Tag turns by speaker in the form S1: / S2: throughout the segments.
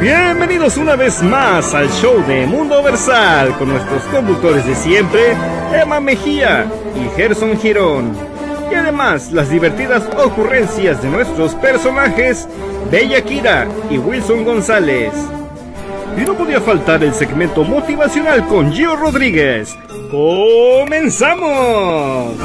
S1: Bienvenidos una vez más al show de Mundo Versal con nuestros conductores de siempre, Emma Mejía y Gerson Girón. Y además las divertidas ocurrencias de nuestros personajes, Bella Kira y Wilson González. Y no podía faltar el segmento motivacional con Gio Rodríguez. ¡Comenzamos!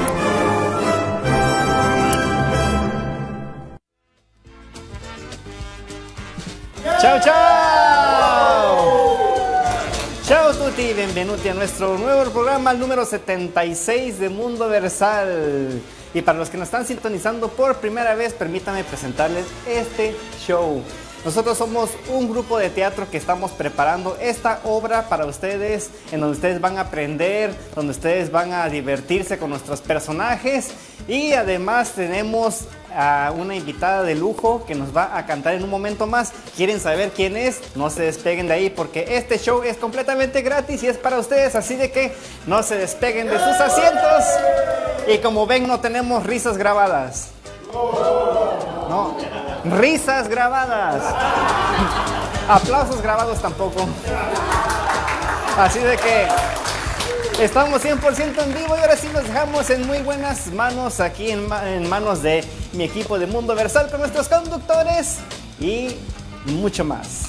S2: ¡Ciao, ciao! Ciao a tutti, benvenuti a nuestro nuevo programa, el número 76 de Mundo Versal. Y para los que nos están sintonizando por primera vez, permítanme presentarles este show. Nosotros somos un grupo de teatro que estamos preparando esta obra para ustedes, en donde ustedes van a aprender, donde ustedes van a divertirse con nuestros personajes. Y además tenemos a una invitada de lujo que nos va a cantar en un momento más. ¿Quieren saber quién es? No se despeguen de ahí porque este show es completamente gratis y es para ustedes, así de que no se despeguen de sus asientos. Y como ven, no tenemos risas grabadas. No, risas grabadas. Aplausos grabados tampoco. Así de que estamos 100% en vivo y ahora sí nos dejamos en muy buenas manos aquí en manos de mi equipo de Mundo Versal con nuestros conductores y mucho más.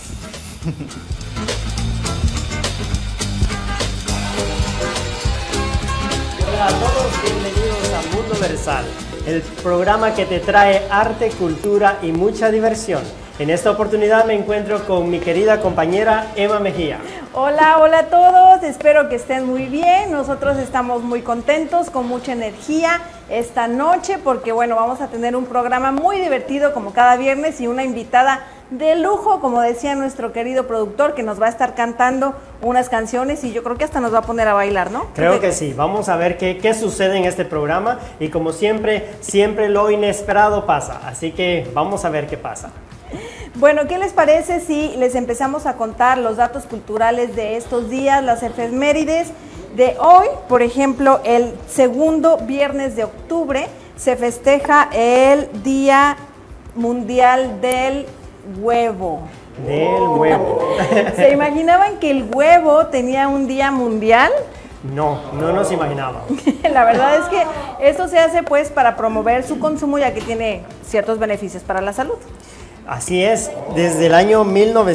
S3: Hola a todos, bienvenidos a Mundo Versal, el programa que te trae arte, cultura y mucha diversión. En esta oportunidad me encuentro con mi querida compañera Emma Mejía.
S4: Hola, hola a todos, espero que estén muy bien. Nosotros estamos muy contentos, con mucha energía esta noche porque bueno, vamos a tener un programa muy divertido como cada viernes y una invitada de lujo, como decía nuestro querido productor, que nos va a estar cantando unas canciones y yo creo que hasta nos va a poner a bailar, ¿no?
S3: Creo que sí, vamos a ver qué sucede en este programa y como siempre lo inesperado pasa, así que vamos a ver qué pasa.
S4: Bueno, ¿qué les parece si les empezamos a contar los datos culturales de estos días, las efemérides de hoy? Por ejemplo, el segundo viernes de octubre se festeja el Día Mundial del Huevo.
S3: Del huevo.
S4: ¿Se imaginaban que el huevo tenía un día mundial?
S3: No nos imaginábamos.
S4: La verdad es que esto se hace pues para promover su consumo ya que tiene ciertos beneficios para la salud.
S3: Así es, desde el año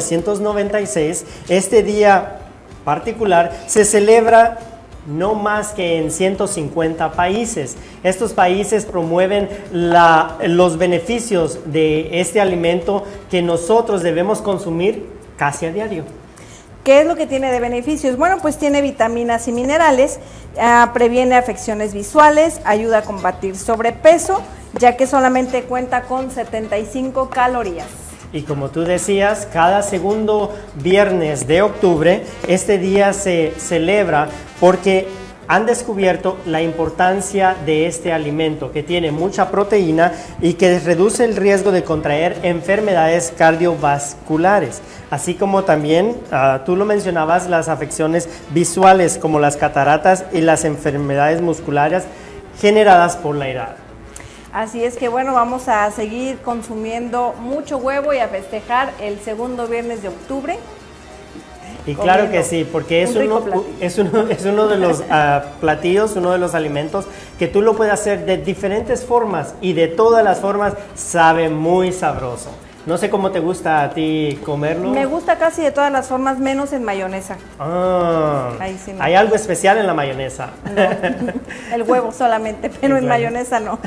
S3: 1996, este día particular se celebra no más que en 150 países. Estos países promueven los beneficios de este alimento que nosotros debemos consumir casi a diario.
S4: ¿Qué es lo que tiene de beneficios? Bueno, pues tiene vitaminas y minerales, previene afecciones visuales, ayuda a combatir sobrepeso, ya que solamente cuenta con 75 calorías.
S3: Y como tú decías, cada segundo viernes de octubre, este día se celebra porque han descubierto la importancia de este alimento que tiene mucha proteína y que reduce el riesgo de contraer enfermedades cardiovasculares, así como también, tú lo mencionabas, las afecciones visuales como las cataratas y las enfermedades musculares generadas por la edad.
S4: Así es que bueno, vamos a seguir consumiendo mucho huevo y a festejar el segundo viernes de octubre.
S3: Y claro que sí, porque es uno de los platillos, uno de los alimentos que tú lo puedes hacer de diferentes formas y de todas las formas sabe muy sabroso. No sé cómo te gusta a ti comerlo.
S4: Me gusta casi de todas las formas, menos en mayonesa.
S3: Ahí
S4: sí no.
S3: Hay algo especial en la mayonesa.
S4: No, el huevo solamente, pero en
S3: claro.
S4: Mayonesa no.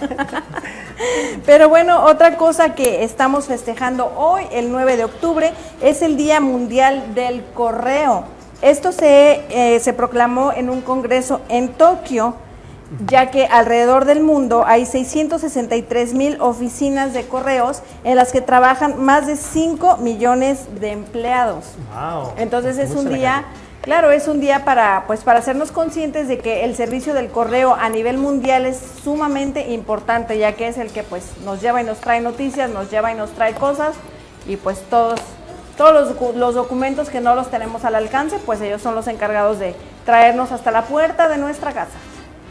S4: Pero bueno, otra cosa que estamos festejando hoy, el 9 de octubre, es el Día Mundial del Correo. Esto se proclamó en un congreso en Tokio, ya que alrededor del mundo hay 663,000 oficinas de correos en las que trabajan más de 5 millones de empleados.
S3: Wow.
S4: Entonces es un día, claro, es un día para hacernos conscientes de que el servicio del correo a nivel mundial es sumamente importante, ya que es el que pues nos lleva y nos trae noticias, nos lleva y nos trae cosas y pues todos los documentos que no los tenemos al alcance, pues ellos son los encargados de traernos hasta la puerta de nuestra casa.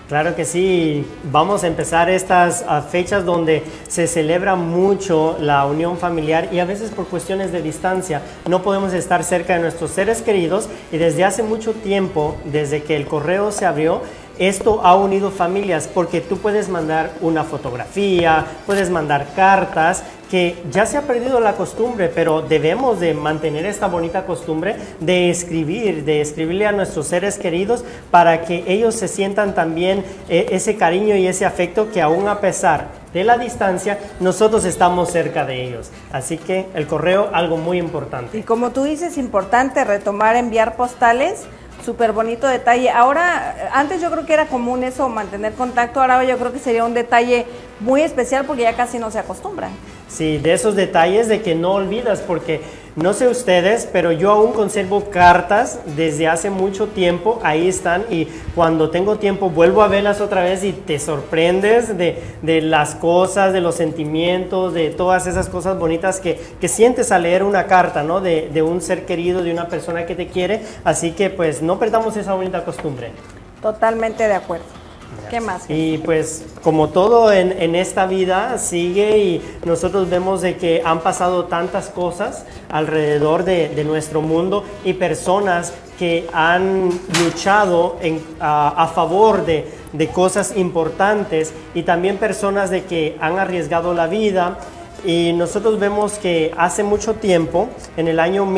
S3: Claro que sí, vamos a empezar estas fechas donde se celebra mucho la unión familiar y a veces por cuestiones de distancia no podemos estar cerca de nuestros seres queridos, y desde hace mucho tiempo, desde que el correo se abrió, esto ha unido familias, porque tú puedes mandar una fotografía, puedes mandar cartas, que ya se ha perdido la costumbre, pero debemos de mantener esta bonita costumbre de escribirle a nuestros seres queridos para que ellos se sientan también ese cariño y ese afecto, que aún a pesar de la distancia, nosotros estamos cerca de ellos. Así que el correo, algo muy importante.
S4: Y como tú dices, importante retomar enviar postales. Súper bonito detalle. Ahora, antes yo creo que era común eso, mantener contacto. Ahora yo creo que sería un detalle muy especial porque ya casi no se acostumbran.
S3: Sí, de esos detalles de que no olvidas, porque no sé ustedes, pero yo aún conservo cartas desde hace mucho tiempo, ahí están, y cuando tengo tiempo vuelvo a verlas otra vez y te sorprendes de las cosas, de los sentimientos, de todas esas cosas bonitas que sientes al leer una carta, ¿no? De un ser querido, de una persona que te quiere, así que pues no perdamos esa bonita costumbre.
S4: Totalmente de acuerdo. ¿Qué más?
S3: Y pues como todo en esta vida sigue, y nosotros vemos de que han pasado tantas cosas alrededor de nuestro mundo, y personas que han luchado a favor de cosas importantes, y también personas de que han arriesgado la vida. Y nosotros vemos que hace mucho tiempo, en el año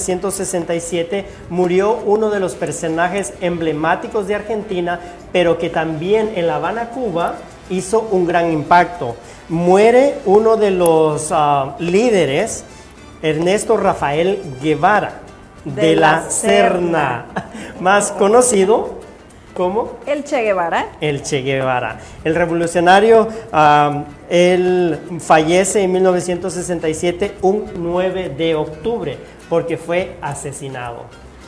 S3: 1967, murió uno de los personajes emblemáticos de Argentina, pero que también en La Habana, Cuba, hizo un gran impacto. Muere uno de los líderes, Ernesto Rafael Guevara, de la Serna, más conocido como
S4: el Che Guevara.
S3: El Che Guevara. El revolucionario, él fallece en 1967, un 9 de octubre, porque fue asesinado.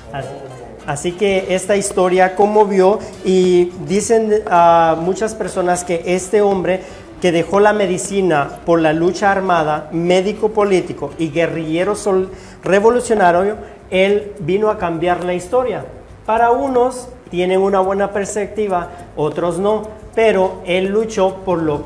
S3: Así que esta historia conmovió, y dicen muchas personas que este hombre, que dejó la medicina por la lucha armada, médico político y guerrillero revolucionario, él vino a cambiar la historia. Para unos tienen una buena perspectiva, otros no, pero él luchó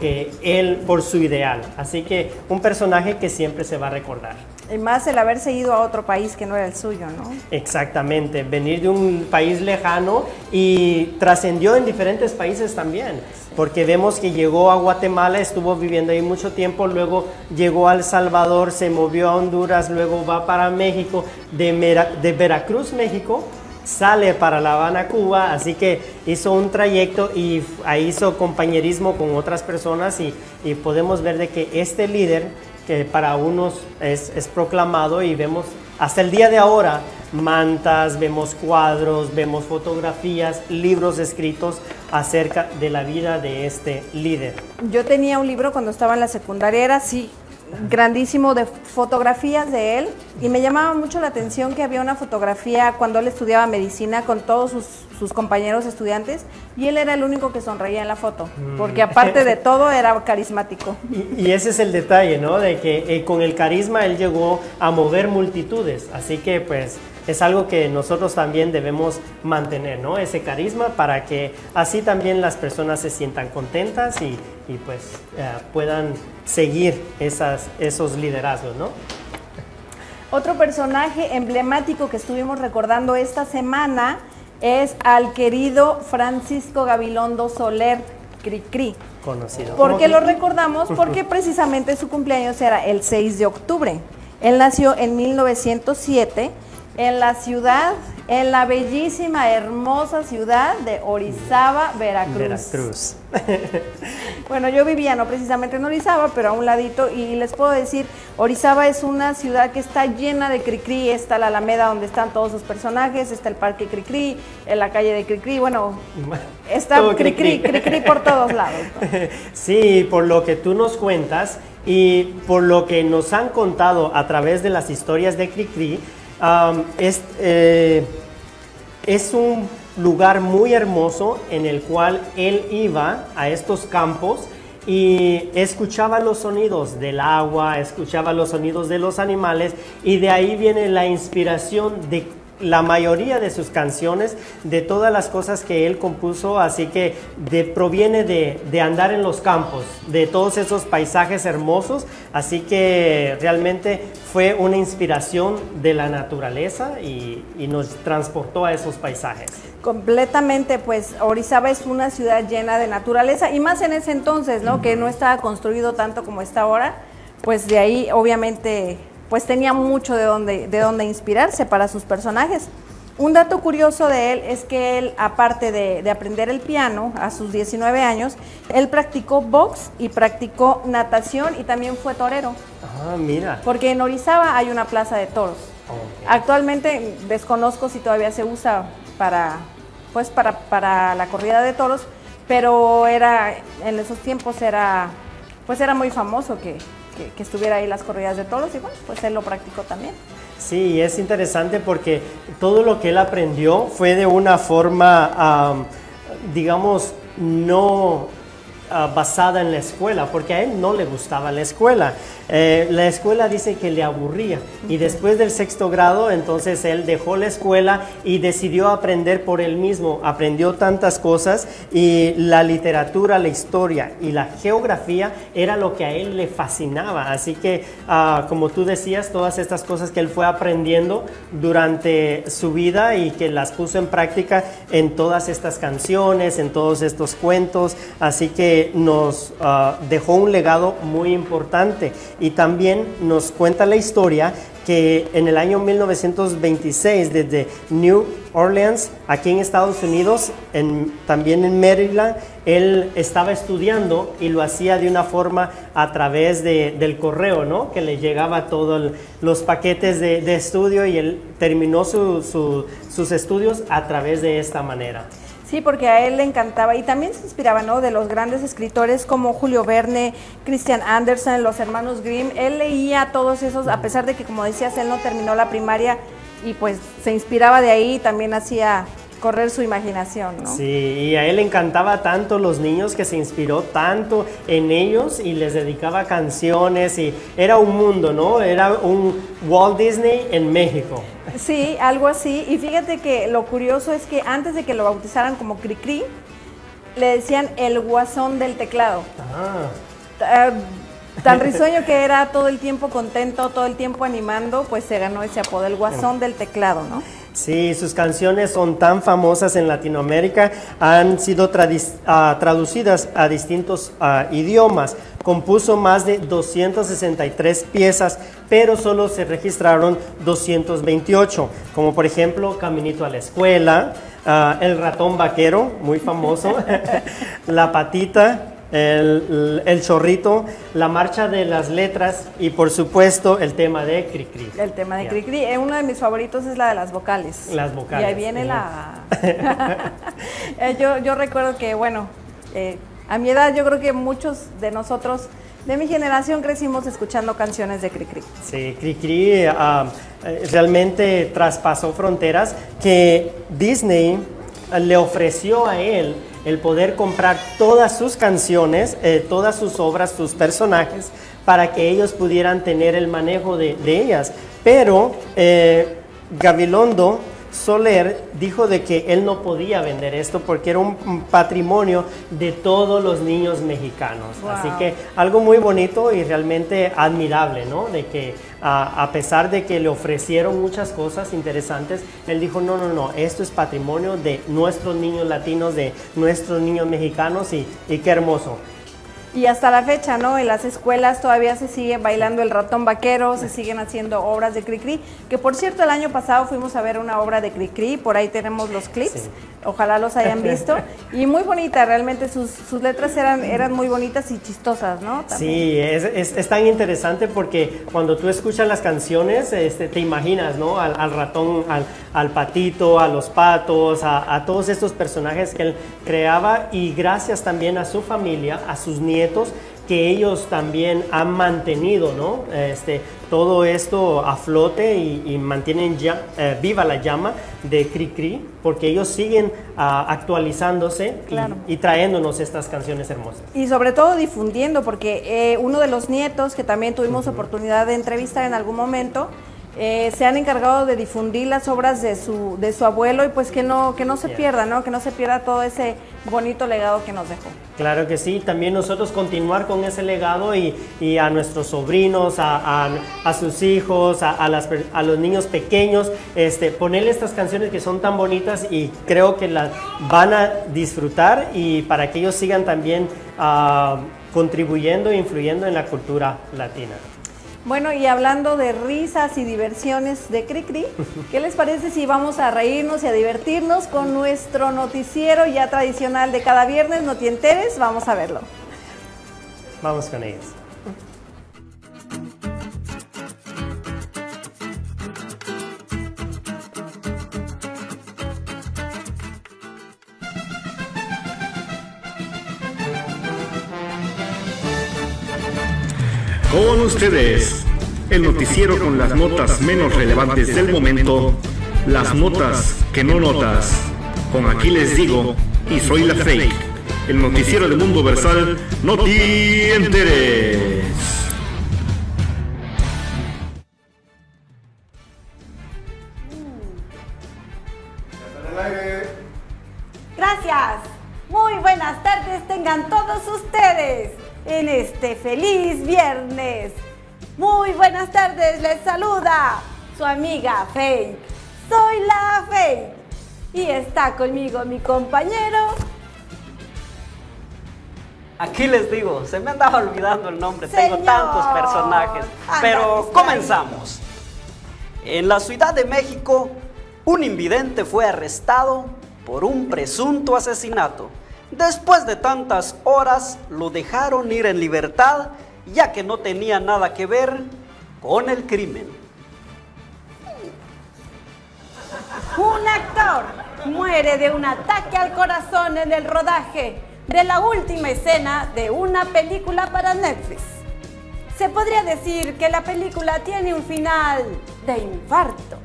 S3: por su ideal. Así que un personaje que siempre se va a recordar.
S4: Y más el haberse ido a otro país que no era el suyo, ¿no?
S3: Exactamente, venir de un país lejano, y trascendió en diferentes países también, porque vemos que llegó a Guatemala, estuvo viviendo ahí mucho tiempo, luego llegó a El Salvador, se movió a Honduras, luego va para México, de Veracruz, México, sale para La Habana, Cuba, así que hizo un trayecto y ahí hizo compañerismo con otras personas, y podemos ver de que este líder, que para unos es proclamado, y vemos hasta el día de ahora mantas, vemos cuadros, vemos fotografías, libros escritos acerca de la vida de este líder.
S4: Yo tenía un libro cuando estaba en la secundaria, era así, grandísimo, de fotografías de él, y me llamaba mucho la atención que había una fotografía cuando él estudiaba medicina con todos sus compañeros estudiantes, y él era el único que sonreía en la foto, porque aparte de todo era carismático.
S3: Y ese es el detalle, ¿no? De que con el carisma él llegó a mover multitudes, así que pues es algo que nosotros también debemos mantener, ¿no? Ese carisma, para que así también las personas se sientan contentas y pues puedan seguir esos liderazgos, ¿no?
S4: Otro personaje emblemático que estuvimos recordando esta semana es al querido Francisco Gabilondo Soler, Cricri.
S3: Conocido.
S4: ¿Por qué lo recordamos? Porque precisamente su cumpleaños era el 6 de octubre. Él nació en 1907 en la bellísima, hermosa ciudad de Orizaba, Veracruz. Bueno, yo vivía no precisamente en Orizaba, pero a un ladito, y les puedo decir, Orizaba es una ciudad que está llena de Cricri. Está la Alameda donde están todos sus personajes, está el Parque Cricri, en la calle de Cricri, bueno, está Cricri por todos lados, ¿no?
S3: Sí, por lo que tú nos cuentas y por lo que nos han contado a través de las historias de Cricri, es un lugar muy hermoso en el cual él iba a estos campos y escuchaba los sonidos del agua, escuchaba los sonidos de los animales, y de ahí viene la inspiración de la mayoría de sus canciones, de todas las cosas que él compuso, así que proviene de andar en los campos, de todos esos paisajes hermosos, así que realmente fue una inspiración de la naturaleza y nos transportó a esos paisajes.
S4: Completamente, pues Orizaba es una ciudad llena de naturaleza y más en ese entonces, ¿no? Que no estaba construido tanto como está ahora, pues de ahí obviamente pues tenía mucho de dónde inspirarse para sus personajes. Un dato curioso de él es que él, aparte de aprender el piano a sus 19 años, él practicó box y practicó natación y también fue torero.
S3: Ah, mira.
S4: Porque en Orizaba hay una plaza de toros.
S3: Okay.
S4: Actualmente desconozco si todavía se usa para la corrida de toros, pero en esos tiempos era muy famoso que estuviera ahí las corridas de toros y bueno, pues él lo practicó también.
S3: Sí, es interesante porque todo lo que él aprendió fue de una forma, digamos, no basada en la escuela, porque a él no le gustaba la escuela. La escuela dice que le aburría y después del 6º grado entonces él dejó la escuela y decidió aprender por él mismo. Aprendió tantas cosas y la literatura, la historia y la geografía era lo que a él le fascinaba. Así que como tú decías, todas estas cosas que él fue aprendiendo durante su vida y que las puso en práctica en todas estas canciones, en todos estos cuentos, así que nos dejó un legado muy importante. Y también nos cuenta la historia que en el año 1926, desde New Orleans, aquí en Estados Unidos, también en Maryland, él estaba estudiando y lo hacía de una forma a través del correo, ¿no? Que le llegaba todos los paquetes de estudio y él terminó sus estudios a través de esta manera.
S4: Sí, porque a él le encantaba y también se inspiraba, ¿no? De los grandes escritores como Julio Verne, Christian Andersen, los hermanos Grimm. Él leía todos esos, a pesar de que, como decías, él no terminó la primaria y pues se inspiraba de ahí y también hacía correr su imaginación, ¿no?
S3: Sí, y a él le encantaba tanto los niños que se inspiró tanto en ellos y les dedicaba canciones y era un mundo, ¿no? Era un Walt Disney en México.
S4: Sí, algo así. Y fíjate que lo curioso es que antes de que lo bautizaran como Cricri, le decían el guasón del teclado. Tan risueño que era, todo el tiempo contento, todo el tiempo animando, pues se ganó ese apodo, el guasón del teclado, ¿no?
S3: Sí, sus canciones son tan famosas en Latinoamérica, han sido traducidas a distintos idiomas. Compuso más de 263 piezas, pero solo se registraron 228, como por ejemplo Caminito a la Escuela, El Ratón Vaquero, muy famoso, La Patita, el Chorrito, La Marcha de las Letras y por supuesto el tema de Cricri.
S4: El tema de Cricri. Uno de mis favoritos es la de las vocales.
S3: Las vocales.
S4: Y ahí viene yo recuerdo que, bueno, a mi edad yo creo que muchos de nosotros de mi generación crecimos escuchando canciones de Cricri.
S3: Sí, Cricri realmente traspasó fronteras que Disney le ofreció a él el poder comprar todas sus canciones, todas sus obras, sus personajes, para que ellos pudieran tener el manejo de ellas. Pero Gabilondo Soler dijo de que él no podía vender esto porque era un patrimonio de todos los niños mexicanos.
S4: Wow.
S3: Así que algo muy bonito y realmente admirable, ¿no? De que a pesar de que le ofrecieron muchas cosas interesantes, él dijo, no, esto es patrimonio de nuestros niños latinos, de nuestros niños mexicanos y qué hermoso.
S4: Y hasta la fecha, ¿no? En las escuelas todavía se sigue bailando el ratón vaquero, se siguen haciendo obras de Cricri, que por cierto el año pasado fuimos a ver una obra de Cricri, por ahí tenemos los clips, sí. Ojalá los hayan visto, y muy bonita, realmente sus letras eran muy bonitas y chistosas, ¿no? También.
S3: Sí, es tan interesante porque cuando tú escuchas las canciones, te imaginas, ¿no? Al ratón, al patito, a los patos, a todos estos personajes que él creaba y gracias también a su familia, a sus nietos, que ellos también han mantenido, ¿no? Todo esto a flote y mantienen viva la llama de Cricri, porque ellos siguen actualizándose, claro, y trayéndonos estas canciones hermosas.
S4: Y sobre todo difundiendo, porque uno de los nietos que también tuvimos oportunidad de entrevistar en algún momento, se han encargado de difundir las obras de su abuelo y pues que no se pierda, ¿no? Que no se pierda todo ese bonito legado que nos dejó.
S3: Claro que sí, también nosotros continuar con ese legado y a nuestros sobrinos, a sus hijos, a los niños pequeños, ponerle estas canciones que son tan bonitas y creo que las van a disfrutar y para que ellos sigan también contribuyendo e influyendo en la cultura latina.
S4: Bueno, y hablando de risas y diversiones de Cricri, ¿qué les parece si vamos a reírnos y a divertirnos con nuestro noticiero ya tradicional de cada viernes, No Te Enteres? Vamos a verlo.
S3: Vamos con ellos.
S1: Con ustedes, el noticiero con las notas menos relevantes del momento, las notas que no notas. Con Aquí Les Digo y Soy la Fake, el noticiero de Mundo Versal, No Te Enteres.
S5: Gracias. Muy buenas tardes tengan todos ustedes en este feliz viernes. Muy buenas tardes, les saluda su amiga Fake. Soy la Fake y está conmigo mi compañero.
S6: Aquí les digo, se me andaba olvidando el nombre, tengo tantos personajes, pero comenzamos. En la Ciudad de México, un invidente fue arrestado por un presunto asesinato. Después de tantas horas, lo dejaron ir en libertad, ya que no tenía nada que ver con el crimen.
S5: Un actor muere de un ataque al corazón en el rodaje de la última escena de una película para Netflix. Se podría decir que la película tiene un final de infarto.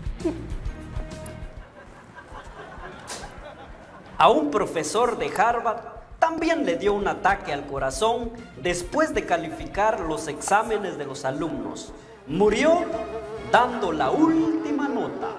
S6: A un profesor de Harvard también le dio un ataque al corazón después de calificar los exámenes de los alumnos. Murió dando la última nota.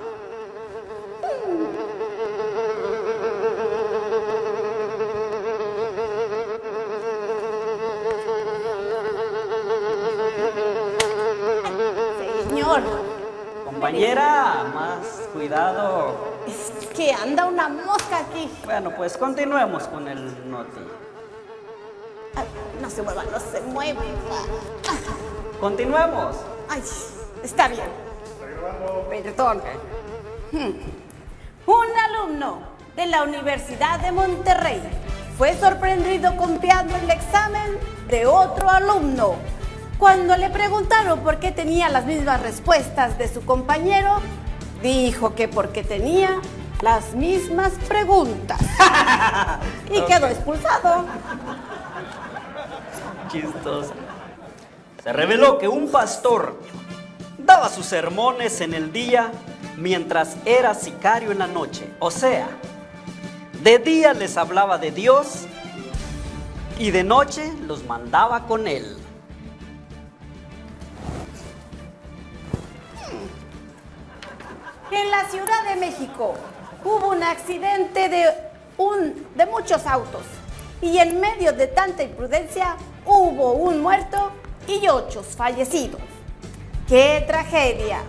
S5: Señor.
S6: Compañera, más cuidado.
S5: Es que anda una mosca aquí.
S6: Bueno, pues continuemos con el noti.
S5: No se mueva, no se mueve.
S6: Continuemos.
S5: Ay, está bien. Perdón. Un alumno de la Universidad de Monterrey fue sorprendido copiando el examen de otro alumno. Cuando le preguntaron por qué tenía las mismas respuestas de su compañero, dijo que porque tenía las mismas preguntas. Y quedó expulsado.
S6: Chistoso. Se reveló que un pastor daba sus sermones en el día mientras era sicario en la noche. O sea, de día les hablaba de Dios y de noche los mandaba con él.
S5: En la Ciudad de México hubo un accidente de muchos autos y en medio de tanta imprudencia hubo un muerto y 8 fallecidos. ¡Qué tragedia!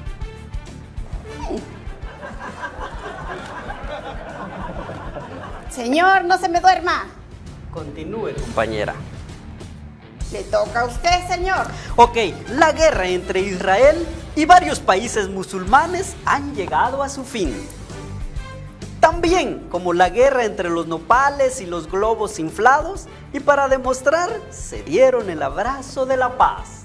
S5: Señor, no se me duerma.
S6: Continúe, compañera.
S5: Le toca a usted, señor.
S6: Ok, la guerra entre Israel y varios países musulmanes han llegado a su fin. También como la guerra entre los nopales y los globos inflados, y para demostrar se dieron el abrazo de la paz.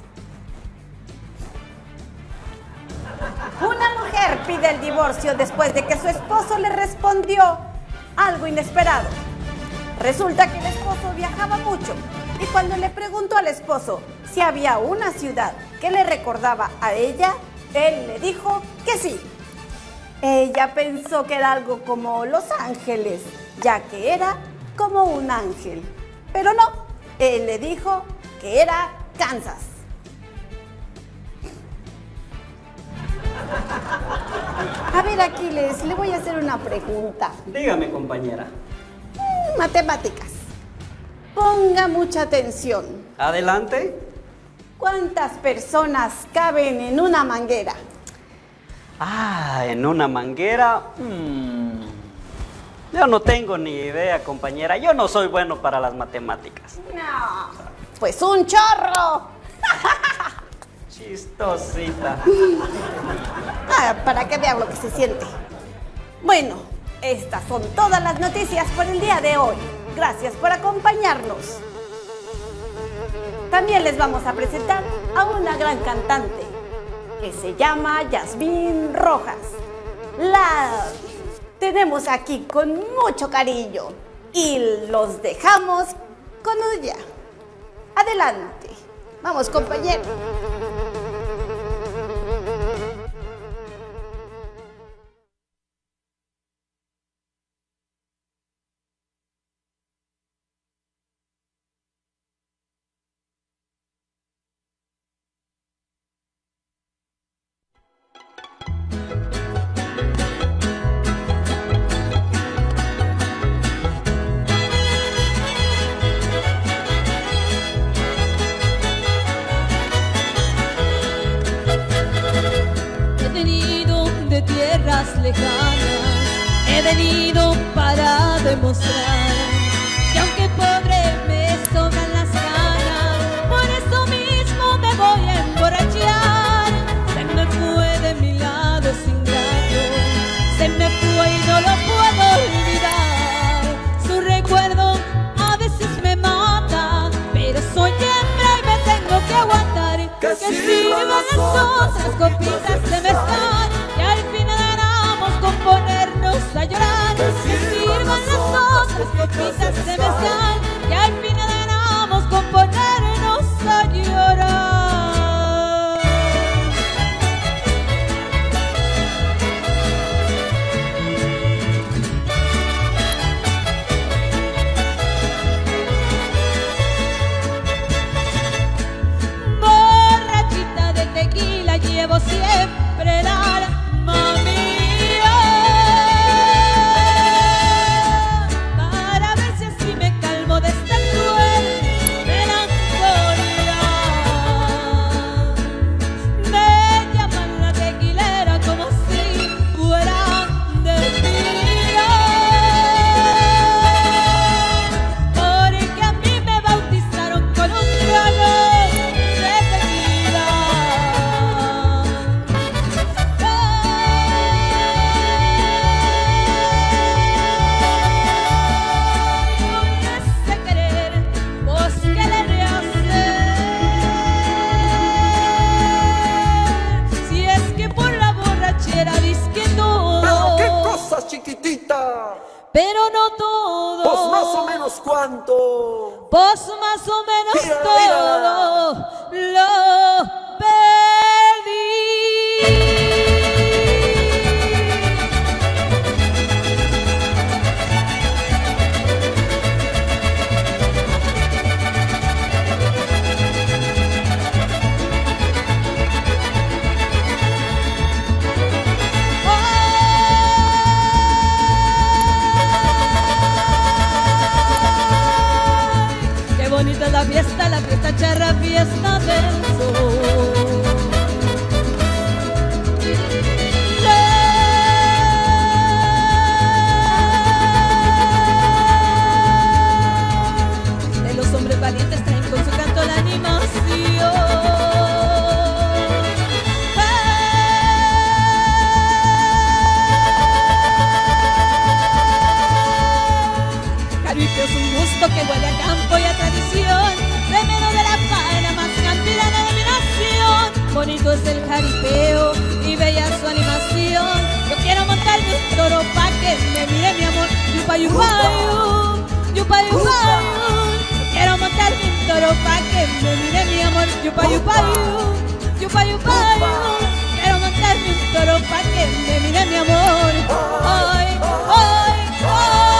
S5: Una mujer pide el divorcio después de que su esposo le respondió algo inesperado. Resulta que el esposo viajaba mucho y cuando le preguntó al esposo si había una ciudad que le recordaba a ella, él le dijo que sí. Ella pensó que era algo como Los Ángeles, ya que era como un ángel. Pero no, él le dijo que era Kansas. ver, Aquiles, le voy a hacer una pregunta.
S6: Dígame, compañera.
S5: Matemáticas. Ponga mucha atención.
S6: Adelante.
S5: ¿Cuántas personas caben en una manguera?
S6: Ah, en una manguera. Yo no tengo ni idea, compañera. Yo no soy bueno para las matemáticas.
S5: No, pues un chorro.
S6: Chistosita.
S5: Para que vean lo que se siente. Bueno, estas son todas las noticias por el día de hoy. Gracias por acompañarnos. También les vamos a presentar a una gran cantante que se llama Yasmín Rojas. La tenemos aquí con mucho cariño y los dejamos con ella. Adelante. Vamos, compañero.
S7: Lejanas, he venido para demostrar que aunque pobre me sobran las ganas, por eso mismo me voy a emborrachar. Se me fue de mi lado sin grato, se me fue y no lo puedo olvidar. Su recuerdo a veces me mata, pero soy hembra y me tengo que aguantar. Que sirvan las otras copitas de mezcal y al final ponernos a llorar, que sirvan las otras copitas de mezcal, y al fin adelantamos con ponernos a llorar. Borrachita de tequila llevo siempre el alma mía. Pero no todo.
S8: Pues más o menos cuánto.
S7: Pues más o menos
S8: mira,
S7: todo lo perdí. Bonita la fiesta charra, fiesta del sol. De los hombres valientes traen con su canto la animación. Caripio es un gusto que huele a campo y a tradición, remero de la faena, más cantidad de dominación. Bonito es el jaripeo y bella su animación. Yo quiero montarme un toro pa' que me mire mi amor. Yupa, yupa, yupa, yupa, quiero montarme un toro pa' que me mire mi amor. Yupa, yupa, yupa, yupa, quiero montarme un toro pa' que me mire mi amor. Ay, ay, ay.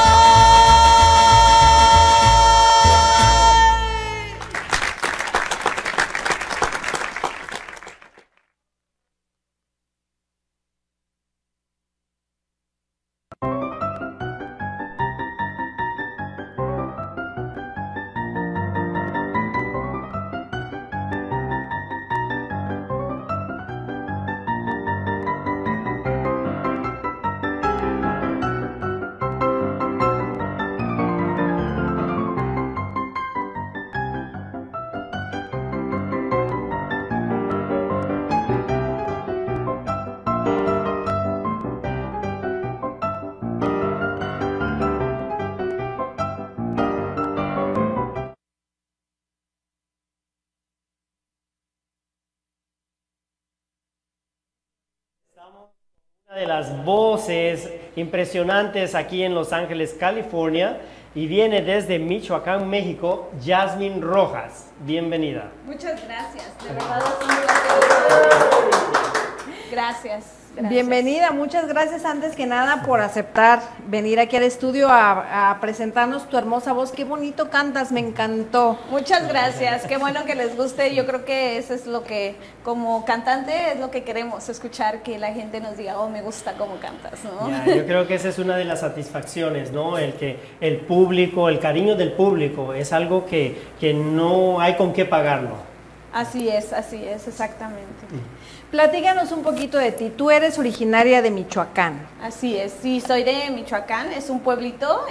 S3: Una de las voces impresionantes aquí en Los Ángeles, California, y viene desde Michoacán, México, Yasmín Rojas. Bienvenida.
S5: Muchas gracias, de verdad es un placer. Gracias.
S4: Bienvenida, muchas gracias antes que nada por aceptar venir aquí al estudio a presentarnos tu hermosa voz. Qué bonito cantas, me encantó.
S5: Muchas gracias, qué bueno que les guste. Yo creo que eso es lo que, como cantante, es lo que queremos, escuchar que la gente nos diga, oh, me gusta cómo cantas, ¿no?
S3: Ya, yo creo que esa es una de las satisfacciones, ¿no? El que el público, el cariño del público es algo que no hay con qué pagarlo.
S5: Así es, exactamente.
S4: Platícanos un poquito de ti. Tú eres originaria de Michoacán.
S5: Así es, sí, soy de Michoacán, es un pueblito,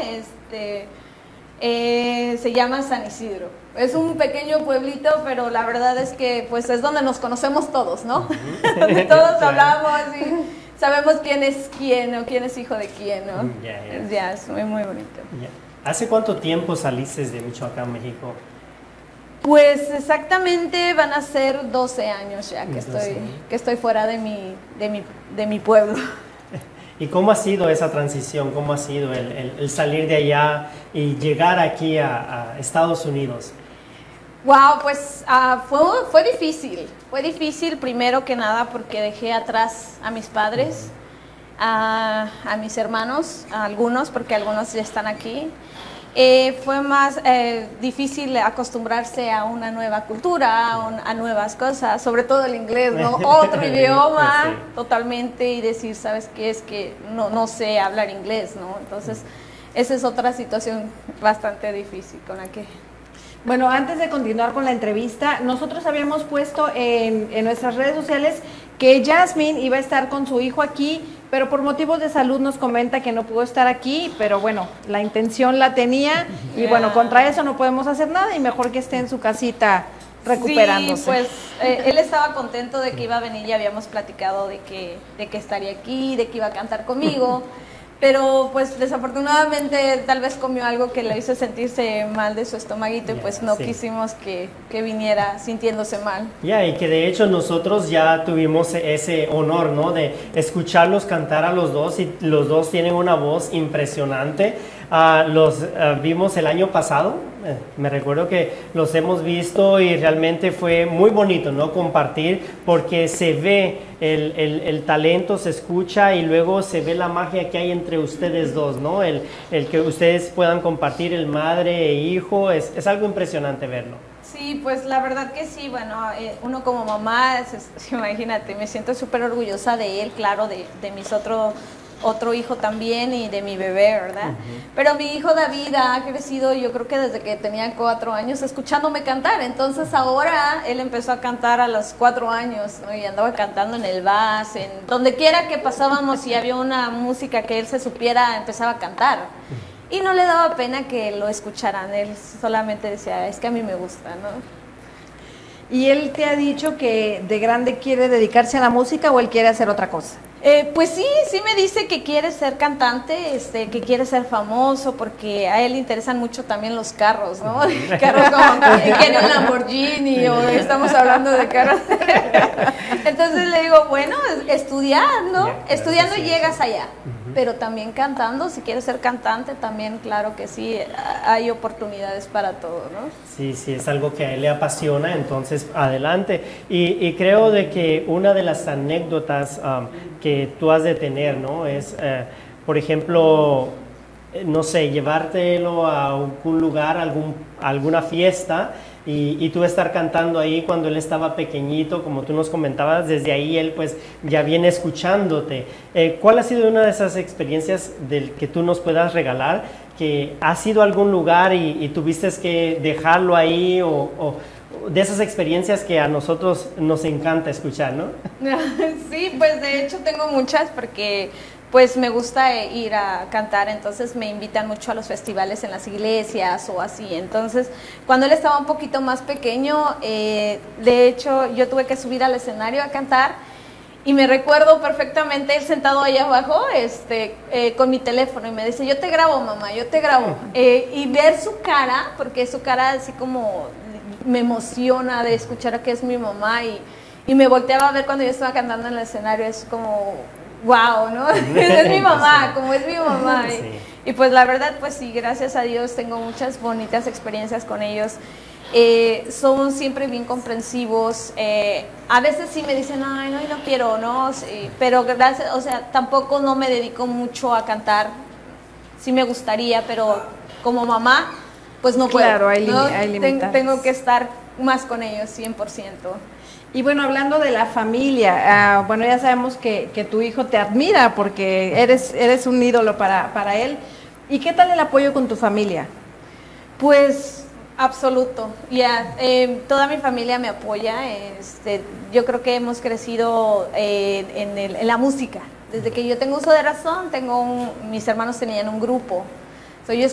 S5: se llama San Isidro. Es un pequeño pueblito, pero la verdad es que pues es donde nos conocemos todos, ¿no? Donde todos hablamos y sabemos quién es quién o quién es hijo de quién, ¿no? Ya, es muy, muy bonito.
S3: ¿Hace cuánto tiempo saliste de Michoacán, México?
S5: Pues exactamente van a ser 12 años ya que estoy fuera de mi pueblo.
S3: ¿Y cómo ha sido esa transición? ¿Cómo ha sido el salir de allá y llegar aquí a Estados Unidos?
S5: Wow, pues fue difícil. Fue difícil primero que nada porque dejé atrás a mis padres, a mis hermanos, a algunos, porque algunos ya están aquí. Fue más difícil acostumbrarse a una nueva cultura, a nuevas cosas, sobre todo el inglés, ¿no? Otro idioma, sí. Totalmente, y decir, ¿sabes qué? Es que no sé hablar inglés, ¿no? Entonces, esa es otra situación bastante difícil con la que...
S4: Bueno, antes de continuar con la entrevista, nosotros habíamos puesto en nuestras redes sociales que Yasmín iba a estar con su hijo aquí, pero por motivos de salud nos comenta que no pudo estar aquí, pero bueno, la intención la tenía y bueno, contra eso no podemos hacer nada y mejor que esté en su casita recuperándose.
S5: Sí, pues él estaba contento de que iba a venir, ya habíamos platicado de que estaría aquí, de que iba a cantar conmigo. Pero pues desafortunadamente tal vez comió algo que le hizo sentirse mal de su estomaguito y pues no quisimos que viniera sintiéndose mal.
S3: Y que de hecho nosotros ya tuvimos ese honor, ¿no? De escucharlos cantar a los dos y los dos tienen una voz impresionante. Los vimos el año pasado, me recuerdo que los hemos visto y realmente fue muy bonito, ¿no? Compartir porque se ve el talento, se escucha y luego se ve la magia que hay entre ustedes dos, ¿no? El que ustedes puedan compartir el madre e hijo, es algo impresionante verlo.
S5: Sí, pues la verdad que sí, bueno, uno como mamá, imagínate, me siento súper orgullosa de él, claro, de mis otro hijo también y de mi bebé, ¿verdad? Pero mi hijo David ha crecido, yo creo que desde que tenía 4 años, escuchándome cantar. Entonces ahora él empezó a cantar a los 4 años, ¿no? Y andaba cantando en el bus, en donde quiera que pasábamos y había una música que él se supiera, empezaba a cantar. Y no le daba pena que lo escucharan, él solamente decía, es que a mí me gusta, ¿no?
S4: ¿Y él te ha dicho que de grande quiere dedicarse a la música o él quiere hacer otra cosa?
S5: Pues sí me dice que quiere ser cantante, que quiere ser famoso, porque a él le interesan mucho también los carros, ¿no? Carros como que quiere un Lamborghini o estamos hablando de carros. Entonces le digo, bueno, estudiar, ¿no? Estudiando llegas allá, pero también cantando, si quieres ser cantante también, claro que sí, hay oportunidades para todo, ¿no?
S3: Sí, es algo que a él le apasiona, entonces adelante. Y creo de que una de las anécdotas que tú has de tener, ¿no? Es, por ejemplo, no sé, llevártelo a algún lugar, alguna fiesta y tú estar cantando ahí cuando él estaba pequeñito, como tú nos comentabas, desde ahí él pues ya viene escuchándote. ¿Cuál ha sido una de esas experiencias del que tú nos puedas regalar, que has ido a algún lugar y tuviste que dejarlo ahí o de esas experiencias que a nosotros nos encanta escuchar, ¿no?
S9: Sí, pues de hecho tengo muchas porque pues me gusta ir a cantar, entonces me invitan mucho a los festivales en las iglesias o así. Entonces, cuando él estaba un poquito más pequeño, de hecho yo tuve que subir al escenario a cantar y me recuerdo perfectamente él sentado ahí abajo con mi teléfono y me dice, yo te grabo, mamá, yo te grabo. Y ver su cara, porque su cara así como me emociona de escuchar a que es mi mamá y me volteaba a ver cuando yo estaba cantando en el escenario, es como... wow, ¿no? Es mi mamá, como es mi mamá. Sí. Y pues la verdad, pues sí, gracias a Dios tengo muchas bonitas experiencias con ellos. Son siempre bien comprensivos. A veces sí me dicen, ay, no quiero, ¿no? Sí, pero gracias, o sea, tampoco no me dedico mucho a cantar. Sí me gustaría, pero como mamá, pues no puedo.
S4: Claro, hay
S9: tengo que estar más con ellos, 100%.
S4: Y bueno, hablando de la familia, bueno, ya sabemos que tu hijo te admira porque eres un ídolo para él. ¿Y qué tal el apoyo con tu familia?
S9: Pues absoluto. Toda mi familia me apoya. Yo creo que hemos crecido en la música. Desde que yo tengo uso de razón, mis hermanos tenían un grupo. Yo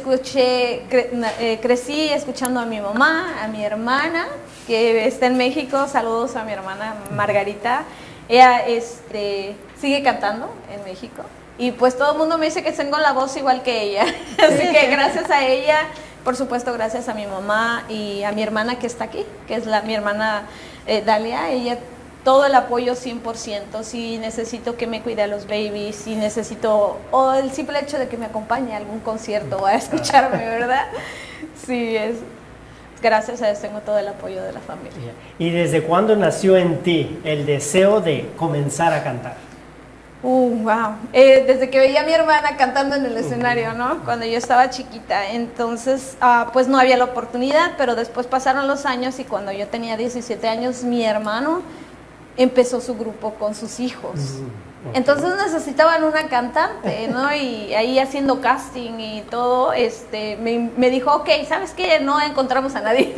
S9: crecí escuchando a mi mamá, a mi hermana, que está en México. Saludos a mi hermana Margarita. Ella sigue cantando en México. Y pues todo el mundo me dice que tengo la voz igual que ella. Así que gracias a ella, por supuesto gracias a mi mamá y a mi hermana que está aquí, que es mi hermana Dalia. Ella todo el apoyo 100%, si necesito que me cuide a los babies, si necesito, o el simple hecho de que me acompañe a algún concierto o a escucharme, ¿verdad? Sí, gracias a eso tengo todo el apoyo de la familia.
S3: ¿Y desde cuándo nació en ti el deseo de comenzar a cantar?
S9: Wow. Desde que veía a mi hermana cantando en el escenario, ¿no? Cuando yo estaba chiquita. Entonces, pues no había la oportunidad, pero después pasaron los años y cuando yo tenía 17 años, mi hermano empezó su grupo con sus hijos. Entonces necesitaban una cantante, ¿no? Y ahí haciendo casting y todo, me dijo, ok, ¿sabes qué? No encontramos a nadie.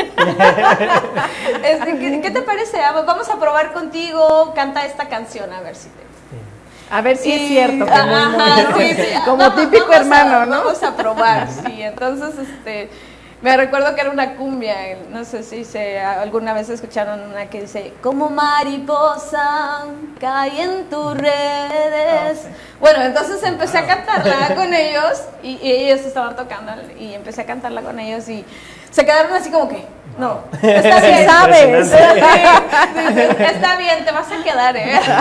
S9: ¿Qué te parece? Vamos a probar contigo, canta esta canción, a ver si te...
S4: A ver si es cierto.
S9: Como típico hermano, ¿no? Vamos a probar, sí. Entonces, me recuerdo que era una cumbia, no sé si alguna vez escucharon una que dice, como mariposa cae en tus redes. Bueno, entonces empecé a cantarla con ellos y ellos estaban tocando y empecé a cantarla con ellos y se quedaron así como que, no, está bien, ¿sabes? Está bien, te vas a quedar,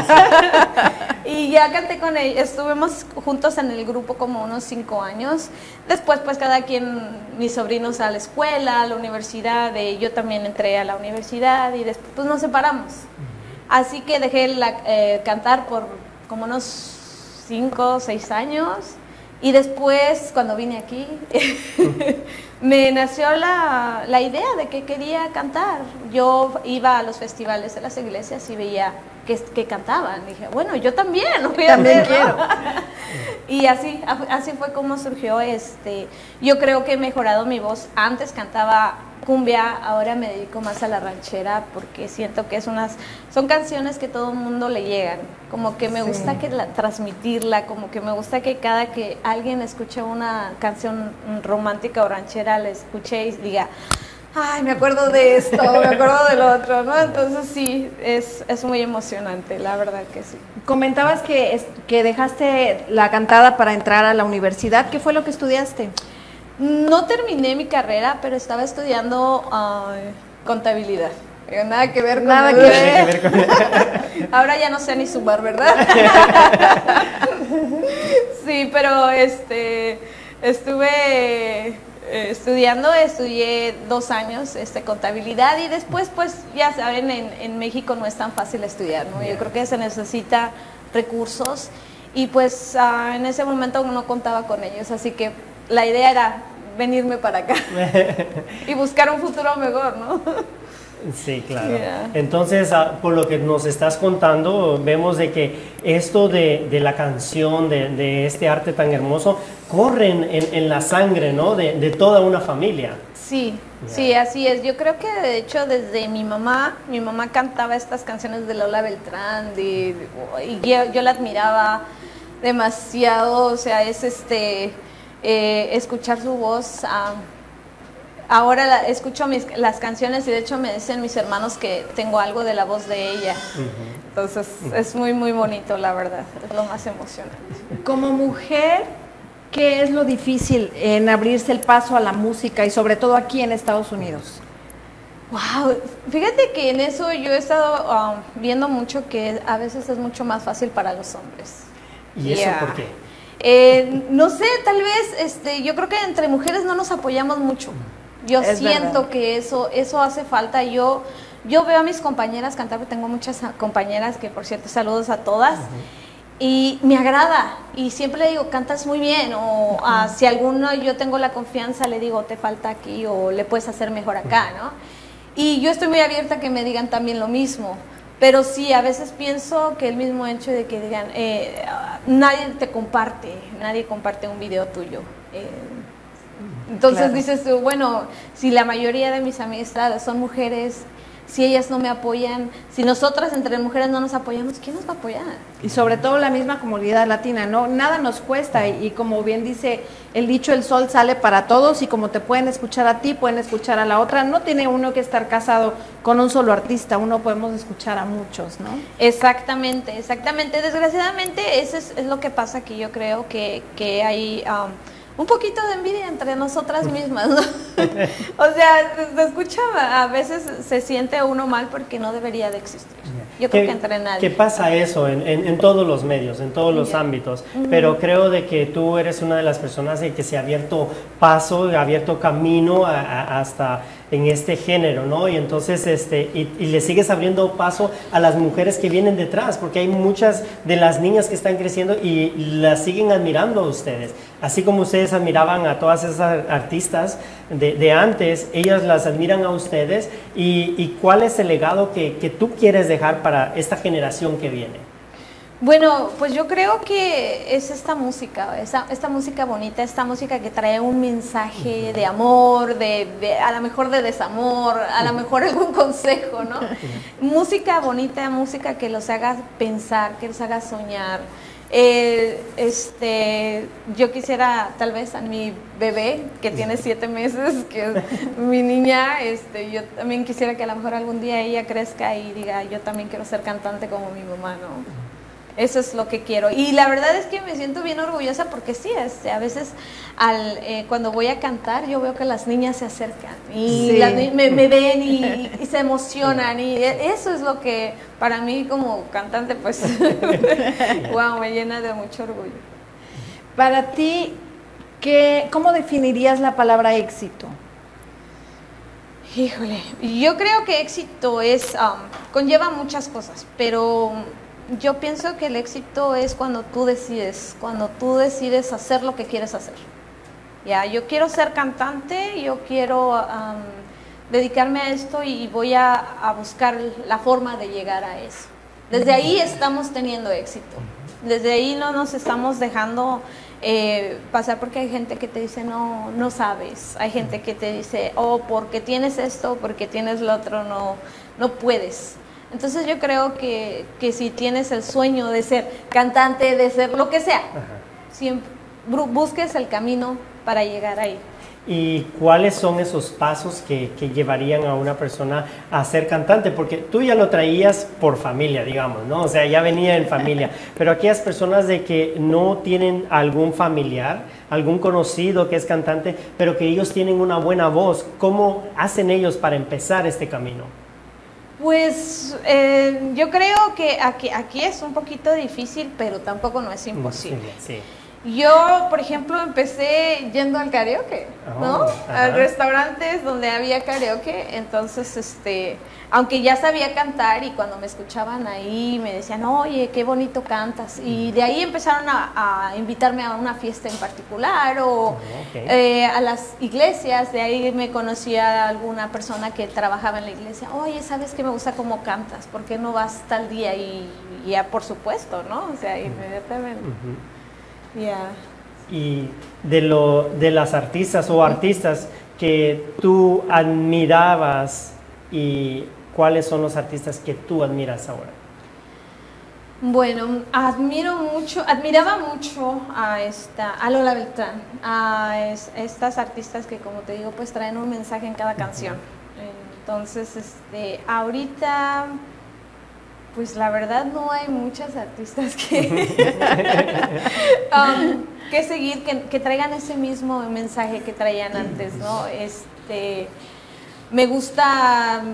S9: Y ya canté con ellos, estuvimos juntos en el grupo como unos 5 años. Después, pues cada quien, mis sobrinos a la escuela, a la universidad, yo también entré a la universidad y después pues nos separamos. Así que dejé cantar por como unos 5 o 6 años. Y después, cuando vine aquí, me nació la idea de que quería cantar. Yo iba a los festivales de las iglesias y veía que cantaban. Dije, bueno, yo también,
S4: también quiero.
S9: Y así fue como surgió. Yo creo que he mejorado mi voz. Antes cantaba cumbia, ahora me dedico más a la ranchera porque siento que son canciones que todo el mundo le llegan, como que me gusta transmitirla, como que me gusta que cada que alguien escuche una canción romántica o ranchera, la escuche y diga, ay, me acuerdo de esto, me acuerdo del otro, ¿no? Entonces sí, es muy emocionante, la verdad que sí.
S4: Comentabas que dejaste la cantada para entrar a la universidad. ¿Qué fue lo que estudiaste?
S9: No terminé mi carrera, pero estaba estudiando contabilidad. Nada que ver con
S4: nada que ver con
S9: Ahora ya no sé ni sumar, ¿verdad? Sí, pero estuve estudié 2 años contabilidad y después, pues ya saben, en México no es tan fácil estudiar, ¿no? Yo creo que se necesita recursos y pues en ese momento no contaba con ellos, así que la idea era venirme para acá y buscar un futuro mejor, ¿no?
S3: Sí, claro.
S9: Yeah.
S3: Entonces, por lo que nos estás contando, vemos de que esto de la canción, de este arte tan hermoso, corre en la sangre, ¿no? De toda una familia.
S9: Sí,
S3: Yeah.
S9: sí, así es. Yo creo que de hecho desde mi mamá cantaba estas canciones de Lola Beltrán, y yo la admiraba demasiado, o sea, es escuchar su voz. Ahora escucho las canciones y de hecho me dicen mis hermanos que tengo algo de la voz de ella. Entonces es muy, muy bonito, la verdad. Es lo más emocionante.
S4: Como mujer, ¿qué es lo difícil en abrirse el paso a la música y sobre todo aquí en Estados Unidos?
S9: Wow, fíjate que en eso yo he estado viendo mucho que a veces es mucho más fácil para los hombres.
S3: ¿Y eso por qué?
S9: No sé, tal vez yo creo que entre mujeres no nos apoyamos mucho. Yo siento que eso hace falta. Yo veo a mis compañeras cantar, porque tengo muchas compañeras que, por cierto, saludos a todas, y me agrada, y siempre le digo, cantas muy bien, o si alguno yo tengo la confianza, le digo, te falta aquí, o le puedes hacer mejor acá, ¿no? Y yo estoy muy abierta a que me digan también lo mismo, pero sí, a veces pienso que el mismo hecho de que digan, nadie comparte un video tuyo. Entonces claro, dices tú, bueno, si la mayoría de mis amistades son mujeres, si ellas no me apoyan, si nosotras entre mujeres no nos apoyamos, ¿quién nos va a apoyar?
S4: Y sobre todo la misma comunidad latina, ¿no? Nada nos cuesta y como bien dice el dicho, el sol sale para todos y como te pueden escuchar a ti, pueden escuchar a la otra. No tiene uno que estar casado con un solo artista, uno podemos escuchar a muchos, ¿no?
S9: Exactamente, exactamente. Desgraciadamente eso es lo que pasa, que yo creo que hay... un poquito de envidia entre nosotras mismas, ¿no? O sea, se escucha, a veces se siente uno mal porque no debería de existir. Yo creo que entre nadie.
S3: ¿Qué pasa eso en todos los medios, en todos los ámbitos? Pero creo de que tú eres una de las personas que se ha abierto paso, ha abierto camino hasta en este género, ¿no? Y entonces, y le sigues abriendo paso a las mujeres que vienen detrás, porque hay muchas de las niñas que están creciendo y las siguen admirando a ustedes. Así como ustedes admiraban a todas esas artistas de antes, ellas las admiran a ustedes. ¿Y cuál es el legado que tú quieres dejar para esta generación que viene?
S9: Bueno, pues yo creo que es esta música bonita, esta música que trae un mensaje de amor, a lo mejor de desamor, a lo mejor algún consejo, ¿no? Música bonita, música que los haga pensar, que los haga soñar. Yo quisiera tal vez a mi bebé que tiene 7 meses, que es mi niña, yo también quisiera que a lo mejor algún día ella crezca y diga, yo también quiero ser cantante como mi mamá, ¿no? Eso es lo que quiero. Y la verdad es que me siento bien orgullosa porque sí, a veces cuando voy a cantar yo veo que las niñas se acercan y sí, me ven y se emocionan, y eso es lo que para mí como cantante pues wow, me llena de mucho orgullo.
S4: Para ti, ¿cómo definirías la palabra éxito?
S9: Híjole, yo creo que éxito conlleva muchas cosas, pero yo pienso que el éxito es cuando tú decides hacer lo que quieres hacer. Ya, yo quiero ser cantante, yo quiero dedicarme a esto y voy a buscar la forma de llegar a eso. Desde ahí estamos teniendo éxito. Desde ahí no nos estamos dejando pasar, porque hay gente que te dice no sabes. Hay gente que te dice, porque tienes esto, porque tienes lo otro, no puedes. Entonces yo creo que si tienes el sueño de ser cantante, de ser lo que sea, siempre busques el camino para llegar ahí.
S3: ¿Y cuáles son esos pasos que llevarían a una persona a ser cantante? Porque tú ya lo traías por familia, digamos, ¿no? O sea, ya venía en familia. Pero aquellas personas de que no tienen algún familiar, algún conocido que es cantante, pero que ellos tienen una buena voz, ¿cómo hacen ellos para empezar este camino?
S9: Pues yo creo que aquí es un poquito difícil, pero tampoco no es imposible.
S3: Sí.
S9: Yo, por ejemplo, empecé yendo al karaoke, ¿no? A restaurantes donde había karaoke, entonces, aunque ya sabía cantar y cuando me escuchaban ahí me decían, oye, qué bonito cantas, y de ahí empezaron a invitarme a una fiesta en particular o a las iglesias, de ahí me conocía alguna persona que trabajaba en la iglesia, oye, ¿sabes qué me gusta cómo cantas? ¿Por qué no vas tal día? Y ya, por supuesto, ¿no? O sea, inmediatamente.
S3: Y de las artistas o artistas que tú admirabas, y cuáles son los artistas que tú admiras ahora.
S9: Bueno, admiraba mucho a Lola Beltrán, estas artistas que, como te digo, pues traen un mensaje en cada canción. Entonces, ahorita, pues la verdad no hay muchas artistas que seguir, que traigan ese mismo mensaje que traían antes, ¿no? Me gusta,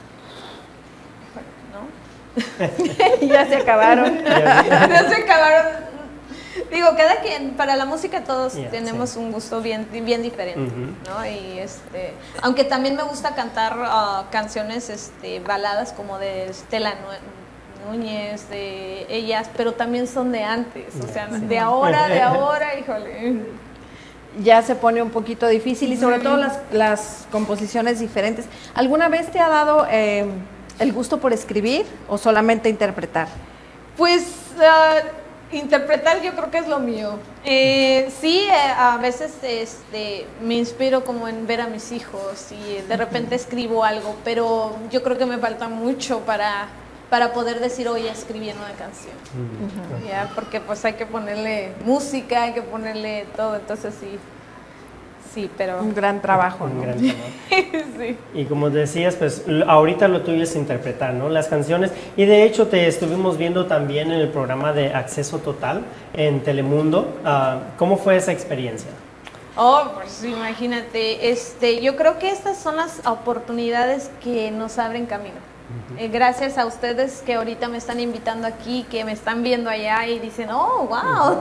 S9: ¿no?
S4: Ya se acabaron.
S9: Ya se acabaron. Digo, cada quien, para la música todos tenemos un gusto bien diferente, ¿no? Y aunque también me gusta cantar canciones, baladas como de Estela Núñez, de ellas, pero también son de antes, o sea, de ahora, híjole.
S4: Ya se pone un poquito difícil y sobre todo las composiciones diferentes. ¿Alguna vez te ha dado el gusto por escribir o solamente interpretar?
S9: Pues interpretar yo creo que es lo mío. Sí, a veces me inspiro como en ver a mis hijos y de repente escribo algo, pero yo creo que me falta mucho para poder decir, oye, escribí en una canción. Ya, porque pues hay que ponerle música, hay que ponerle todo, entonces sí, pero...
S4: Un gran trabajo.
S3: Un gran trabajo.
S9: Sí.
S3: Y como decías, pues ahorita lo tuyo es interpretar, ¿no? Las canciones. Y de hecho te estuvimos viendo también en el programa de Acceso Total en Telemundo. ¿Cómo fue esa experiencia?
S9: Oh, pues imagínate, yo creo que estas son las oportunidades que nos abren camino. Gracias a ustedes que ahorita me están invitando aquí, que me están viendo allá y dicen, oh, wow.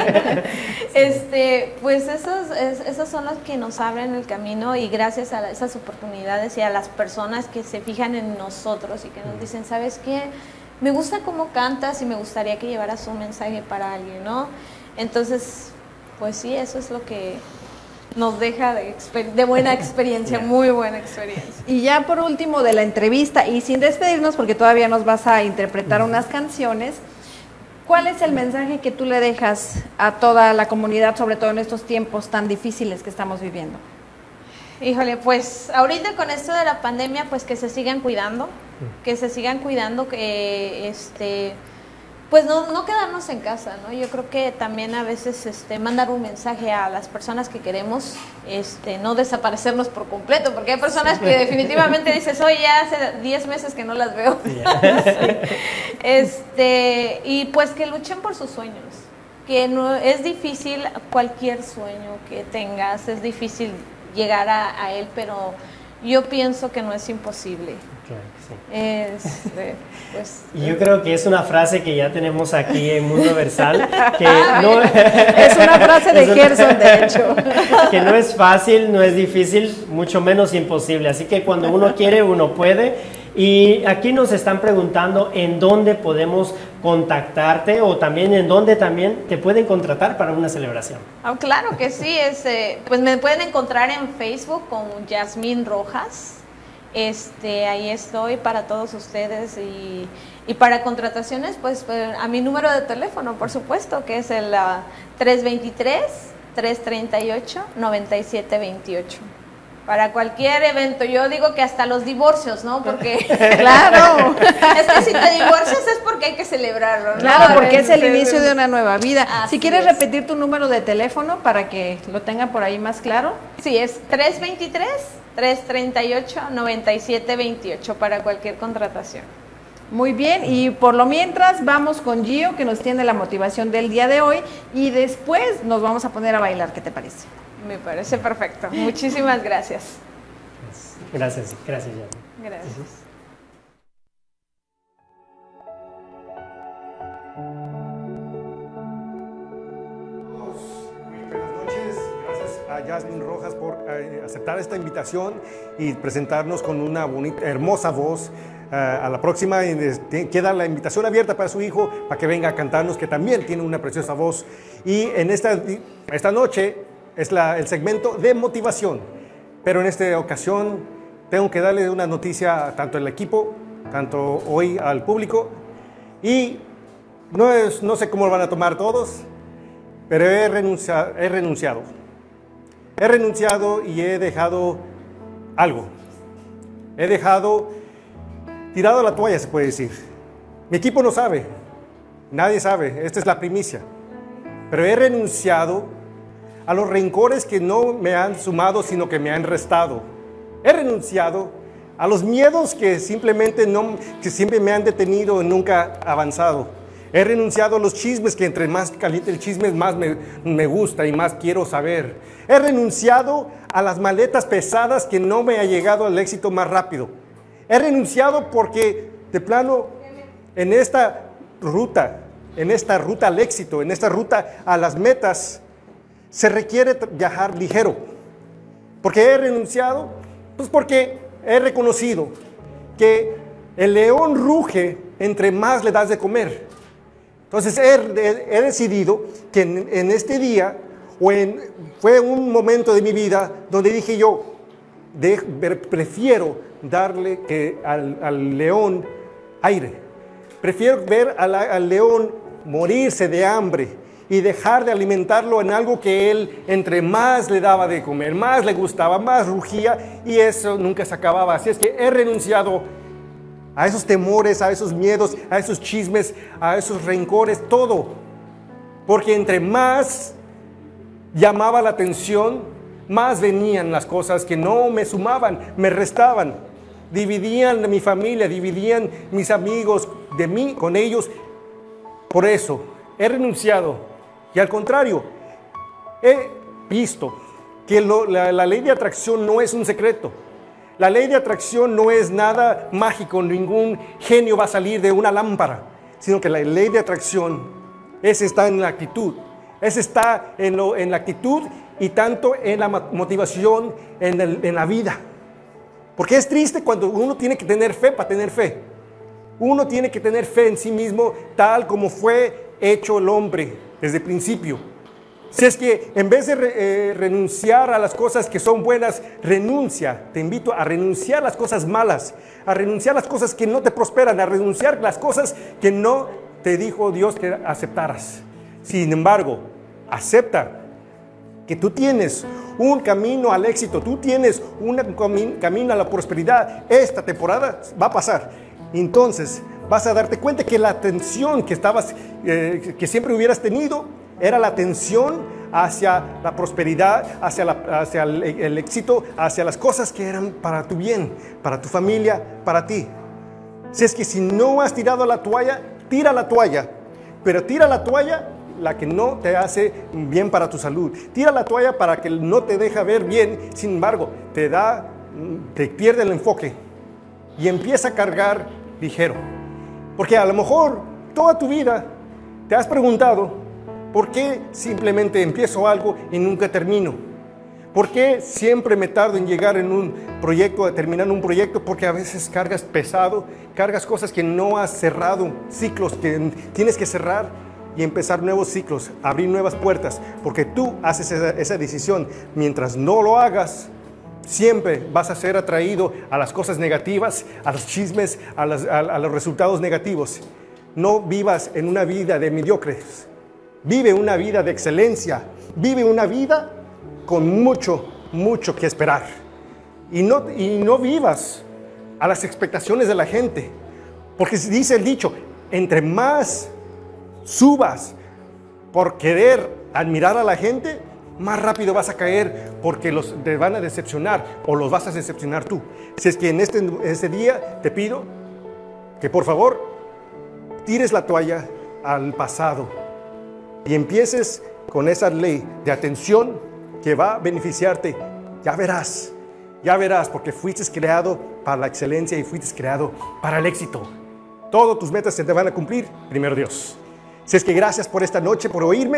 S9: Pues esas son las que nos abren el camino, y gracias a esas oportunidades y a las personas que se fijan en nosotros y que nos dicen, ¿sabes qué? Me gusta cómo cantas y me gustaría que llevaras un mensaje para alguien, ¿no? Entonces, pues sí, eso es lo que nos deja de buena experiencia, muy buena experiencia.
S4: Y ya por último de la entrevista, y sin despedirnos porque todavía nos vas a interpretar unas canciones, ¿cuál es el mensaje que tú le dejas a toda la comunidad, sobre todo en estos tiempos tan difíciles que estamos viviendo?
S9: Híjole, pues ahorita con esto de la pandemia, pues que se sigan cuidando, que pues no quedarnos en casa, ¿no? Yo creo que también a veces mandar un mensaje a las personas que queremos, no desaparecernos por completo, porque hay personas que definitivamente dices, oye, ya hace 10 meses que no las veo. Y pues que luchen por sus sueños, que no es difícil cualquier sueño que tengas, es difícil llegar a él, pero yo pienso que no es imposible.
S3: Claro que sí. Pues, y yo creo que es una frase que ya tenemos aquí en Mundo Versal, que no,
S4: es una frase de Gerson, de hecho,
S3: que no es fácil, no es difícil, mucho menos imposible, así que cuando uno quiere, uno puede. Y aquí nos están preguntando en dónde podemos contactarte, o también en dónde también te pueden contratar para una celebración.
S9: Claro que sí, pues me pueden encontrar en Facebook como Yasmín Rojas. Ahí estoy para todos ustedes, y para contrataciones, pues a mi número de teléfono, por supuesto, que es el 323-338-9728. Para cualquier evento, yo digo que hasta los divorcios, ¿no? Porque claro, es que si te divorcias es porque hay que celebrarlo, ¿no?
S4: Claro, porque es el inicio de una nueva vida. Si quieres repetir tu número de teléfono para que lo tengan por ahí más claro.
S9: Sí, es 323-338-9728 para cualquier contratación.
S4: Muy bien, y por lo mientras vamos con Gio, que nos tiene la motivación del día de hoy, y después nos vamos a poner a bailar. ¿Qué te parece?
S9: Me parece perfecto. Muchísimas gracias.
S3: Gracias, Yasmín.
S9: Gracias.
S10: a Yasmin Rojas por aceptar esta invitación y presentarnos con una bonita, hermosa voz. A la próxima queda la invitación abierta para su hijo, para que venga a cantarnos, que también tiene una preciosa voz. Y en esta noche es el segmento de motivación. Pero en esta ocasión tengo que darle una noticia tanto al equipo, tanto hoy al público. Y no sé cómo lo van a tomar todos, pero he renunciado. He renunciado y he dejado algo. He dejado tirado la toalla, se puede decir. Mi equipo no sabe, nadie sabe, esta es la primicia. Pero he renunciado a los rencores que no me han sumado, sino que me han restado. He renunciado a los miedos que simplemente que siempre me han detenido y nunca avanzado. He renunciado a los chismes, que entre más caliente el chisme, más me gusta y más quiero saber. He renunciado a las maletas pesadas que no me ha llegado al éxito más rápido. He renunciado porque, de plano, en esta ruta al éxito, en esta ruta a las metas, se requiere viajar ligero. ¿Por qué he renunciado? Pues porque he reconocido que el león ruge entre más le das de comer. Entonces he decidido que en este día, fue un momento de mi vida donde dije yo, prefiero darle al león aire. Prefiero ver al león morirse de hambre y dejar de alimentarlo en algo que él entre más le daba de comer, más le gustaba, más rugía, y eso nunca se acababa. Así es que he renunciado a esos temores, a esos miedos, a esos chismes, a esos rencores, todo. Porque entre más llamaba la atención, más venían las cosas que no me sumaban, me restaban. Dividían mi familia, dividían mis amigos de mí con ellos. Por eso he renunciado. Y al contrario, he visto que la ley de atracción no es un secreto. La ley de atracción no es nada mágico, ningún genio va a salir de una lámpara, sino que la ley de atracción está en la actitud. Está en la actitud y tanto en la motivación, en la vida. Porque es triste cuando uno tiene que tener fe para tener fe. Uno tiene que tener fe en sí mismo, tal como fue hecho el hombre desde el principio. Si es que en vez de renunciar a las cosas que son buenas, renuncia. Te invito a renunciar a las cosas malas, a renunciar a las cosas que no te prosperan, a renunciar a las cosas que no te dijo Dios que aceptaras. Sin embargo, acepta que tú tienes un camino al éxito, tú tienes un camino a la prosperidad. Esta temporada va a pasar. Entonces vas a darte cuenta que la atención que siempre hubieras tenido era la atención hacia la prosperidad, hacia el éxito, hacia las cosas que eran para tu bien, para tu familia, para ti. Si es que si no has tirado la toalla, tira la toalla, pero tira la toalla la que no te hace bien para tu salud. Tira la toalla para que no te deja ver bien, sin embargo, te pierde el enfoque y empieza a cargar ligero. Porque a lo mejor toda tu vida te has preguntado, ¿por qué simplemente empiezo algo y nunca termino? ¿Por qué siempre me tardo en llegar en un proyecto, a terminar un proyecto? Porque a veces cargas pesado, cargas cosas que no has cerrado, ciclos que tienes que cerrar y empezar nuevos ciclos, abrir nuevas puertas, porque tú haces esa decisión. Mientras no lo hagas, siempre vas a ser atraído a las cosas negativas, a los chismes, a los resultados negativos. No vivas en una vida de mediocres, vive una vida de excelencia, vive una vida con mucho, mucho que esperar. Y no vivas a las expectaciones de la gente, porque dice el dicho, entre más subas por querer admirar a la gente, más rápido vas a caer porque te van a decepcionar o los vas a decepcionar tú. Si es que en este día te pido que por favor tires la toalla al pasado y empieces con esa ley de atención que va a beneficiarte. Ya verás, porque fuiste creado para la excelencia y fuiste creado para el éxito. Todas tus metas se te van a cumplir, primero Dios. Si es que gracias por esta noche, por oírme,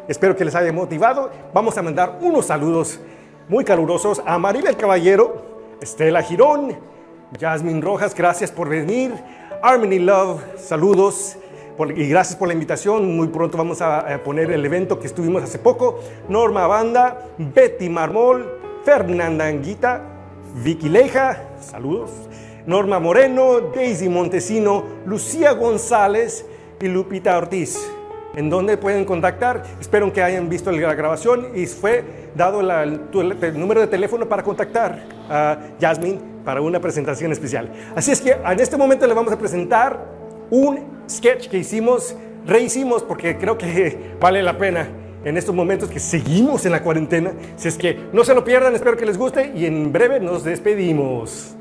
S10: Espero que les haya motivado. Vamos a mandar unos saludos muy calurosos a Maribel Caballero, Estela Girón, Jasmine Rojas, gracias por venir. Harmony Love, saludos y gracias por la invitación. Muy pronto vamos a poner el evento que estuvimos hace poco. Norma Banda, Betty Marmol, Fernanda Anguita, Vicky Leja, saludos. Norma Moreno, Daisy Montesino, Lucía González y Lupita Ortiz. ¿En dónde pueden contactar? Espero que hayan visto la grabación y fue dado el número de teléfono para contactar a Jasmine para una presentación especial. Así es que en este momento le vamos a presentar un sketch que rehicimos porque creo que vale la pena en estos momentos que seguimos en la cuarentena. Así es que no se lo pierdan, espero que les guste y en breve nos despedimos.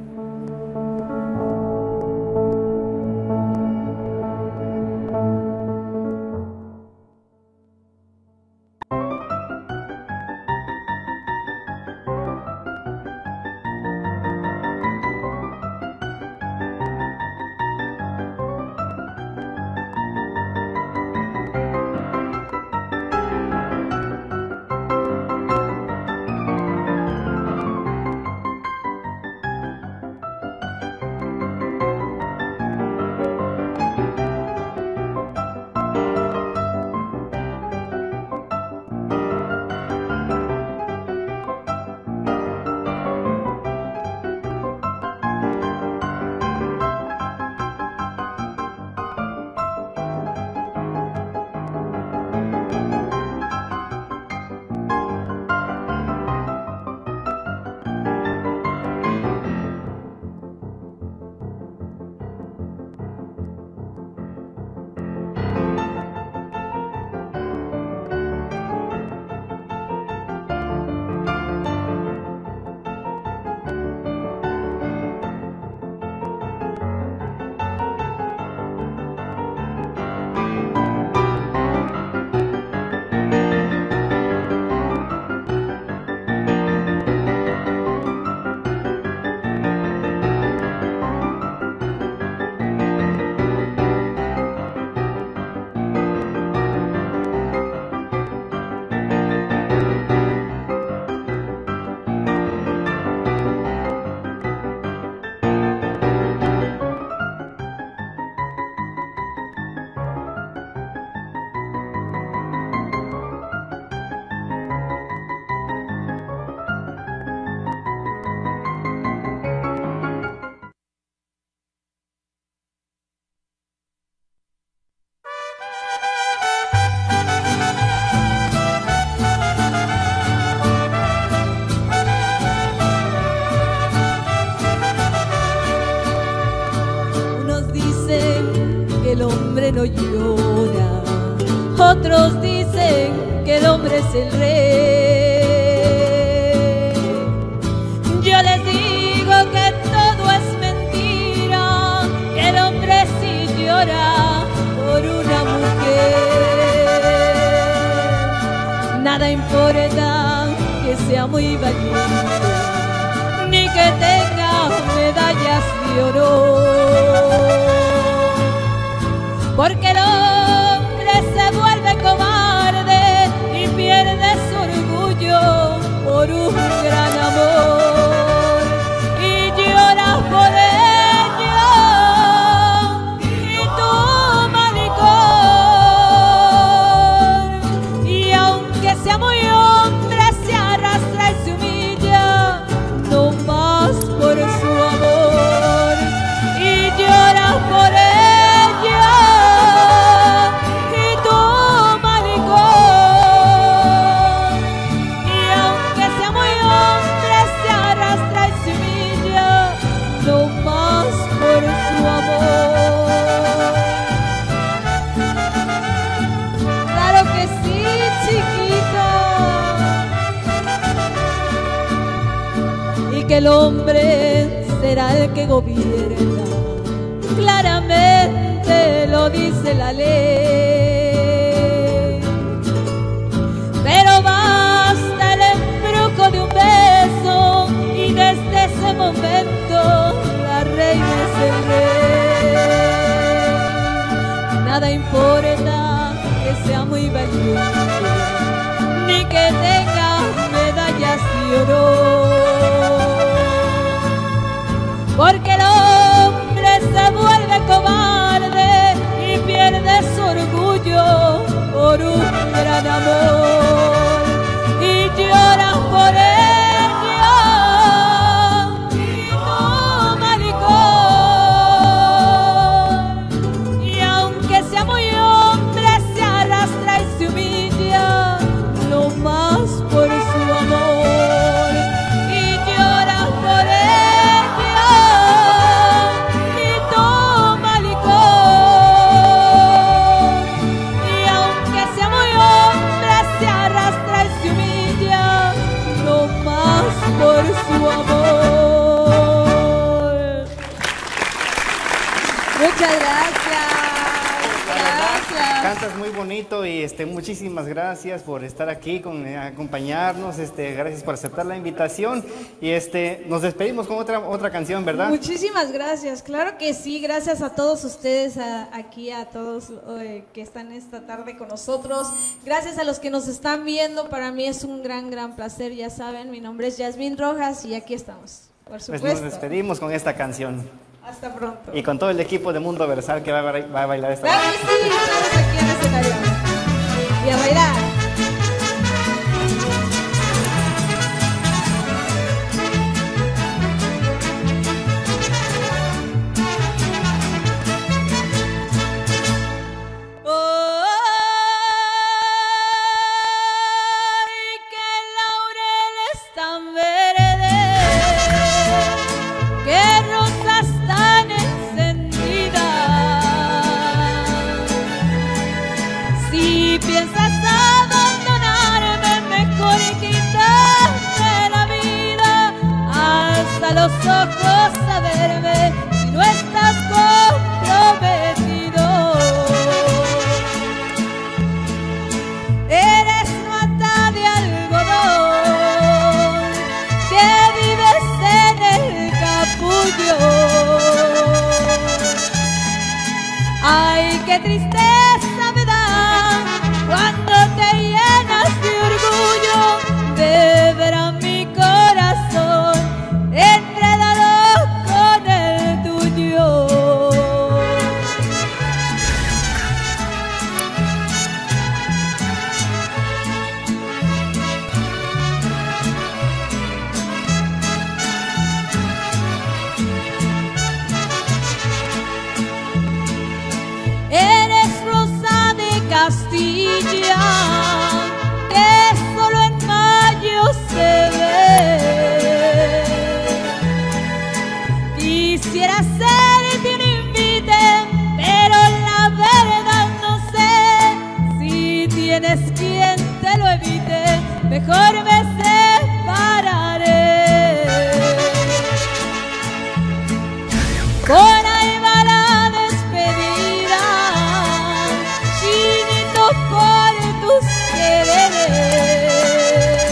S7: El hombre no llora, otros dicen que el hombre es el rey. Yo les digo que todo es mentira, que el hombre sí llora por una mujer. Nada importa que sea muy valiente, ni que tenga medallas de oro, porque el hombre se vuelve cobarde y pierde su orgullo por un gran amor y llora por ello. Y tu maricón, y aunque sea muy hombre, se arrastra y se humilla, no más por su amor y llora por ello. Que el hombre será el que gobierna, claramente lo dice la ley. Pero basta el embrujo de un beso y desde ese momento la reina es el rey. Nada importa que sea muy valiente, ni que tenga medallas de oro. Porque el hombre se vuelve cobarde y pierde su orgullo por un gran amor y llora por ella y toma licor. Y aunque sea muy hombre, se arrastra y se humilla, no más por su amor y llora por ella y toma licor. Y aunque sea muy hombre, se arrastra y se humilla, no más por su amor. Muchas gracias. Gracias.
S2: Cantas muy bonito y muchísimas gracias por estar aquí, acompañarnos, gracias por aceptar la invitación y nos despedimos con otra canción, ¿verdad?
S9: Muchísimas gracias, claro que sí, gracias a todos ustedes, aquí a todos que están esta tarde con nosotros, gracias a los que nos están viendo, para mí es un gran placer, ya saben, mi nombre es Yasmín Rojas y aquí estamos, por supuesto.
S2: Pues nos despedimos con esta canción.
S9: Hasta pronto.
S2: Y con todo el equipo de Mundo Versal que va a bailar esta
S9: canción. ¡Claro que sí! Estamos aquí en el escenario. Y a bailar.
S7: Los ojos a verme si no estás comprometido. Eres mata de algodón que vives en el capullo. Ay, qué tristeza me da cuando te llenas de orgullo de ver a mi corazón enredado con el tuyo. Eres rosa de Castilla que solo en mayo se ve. Quisiera ser un invite, pero la verdad no sé si tienes quien te lo evite, mejor me separaré. Por ahí va la despedida, chinito por tus quereres.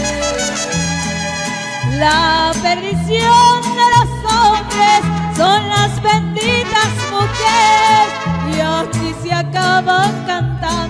S7: La perdición de los hombres son las benditas mujeres y aquí se acaban cantando.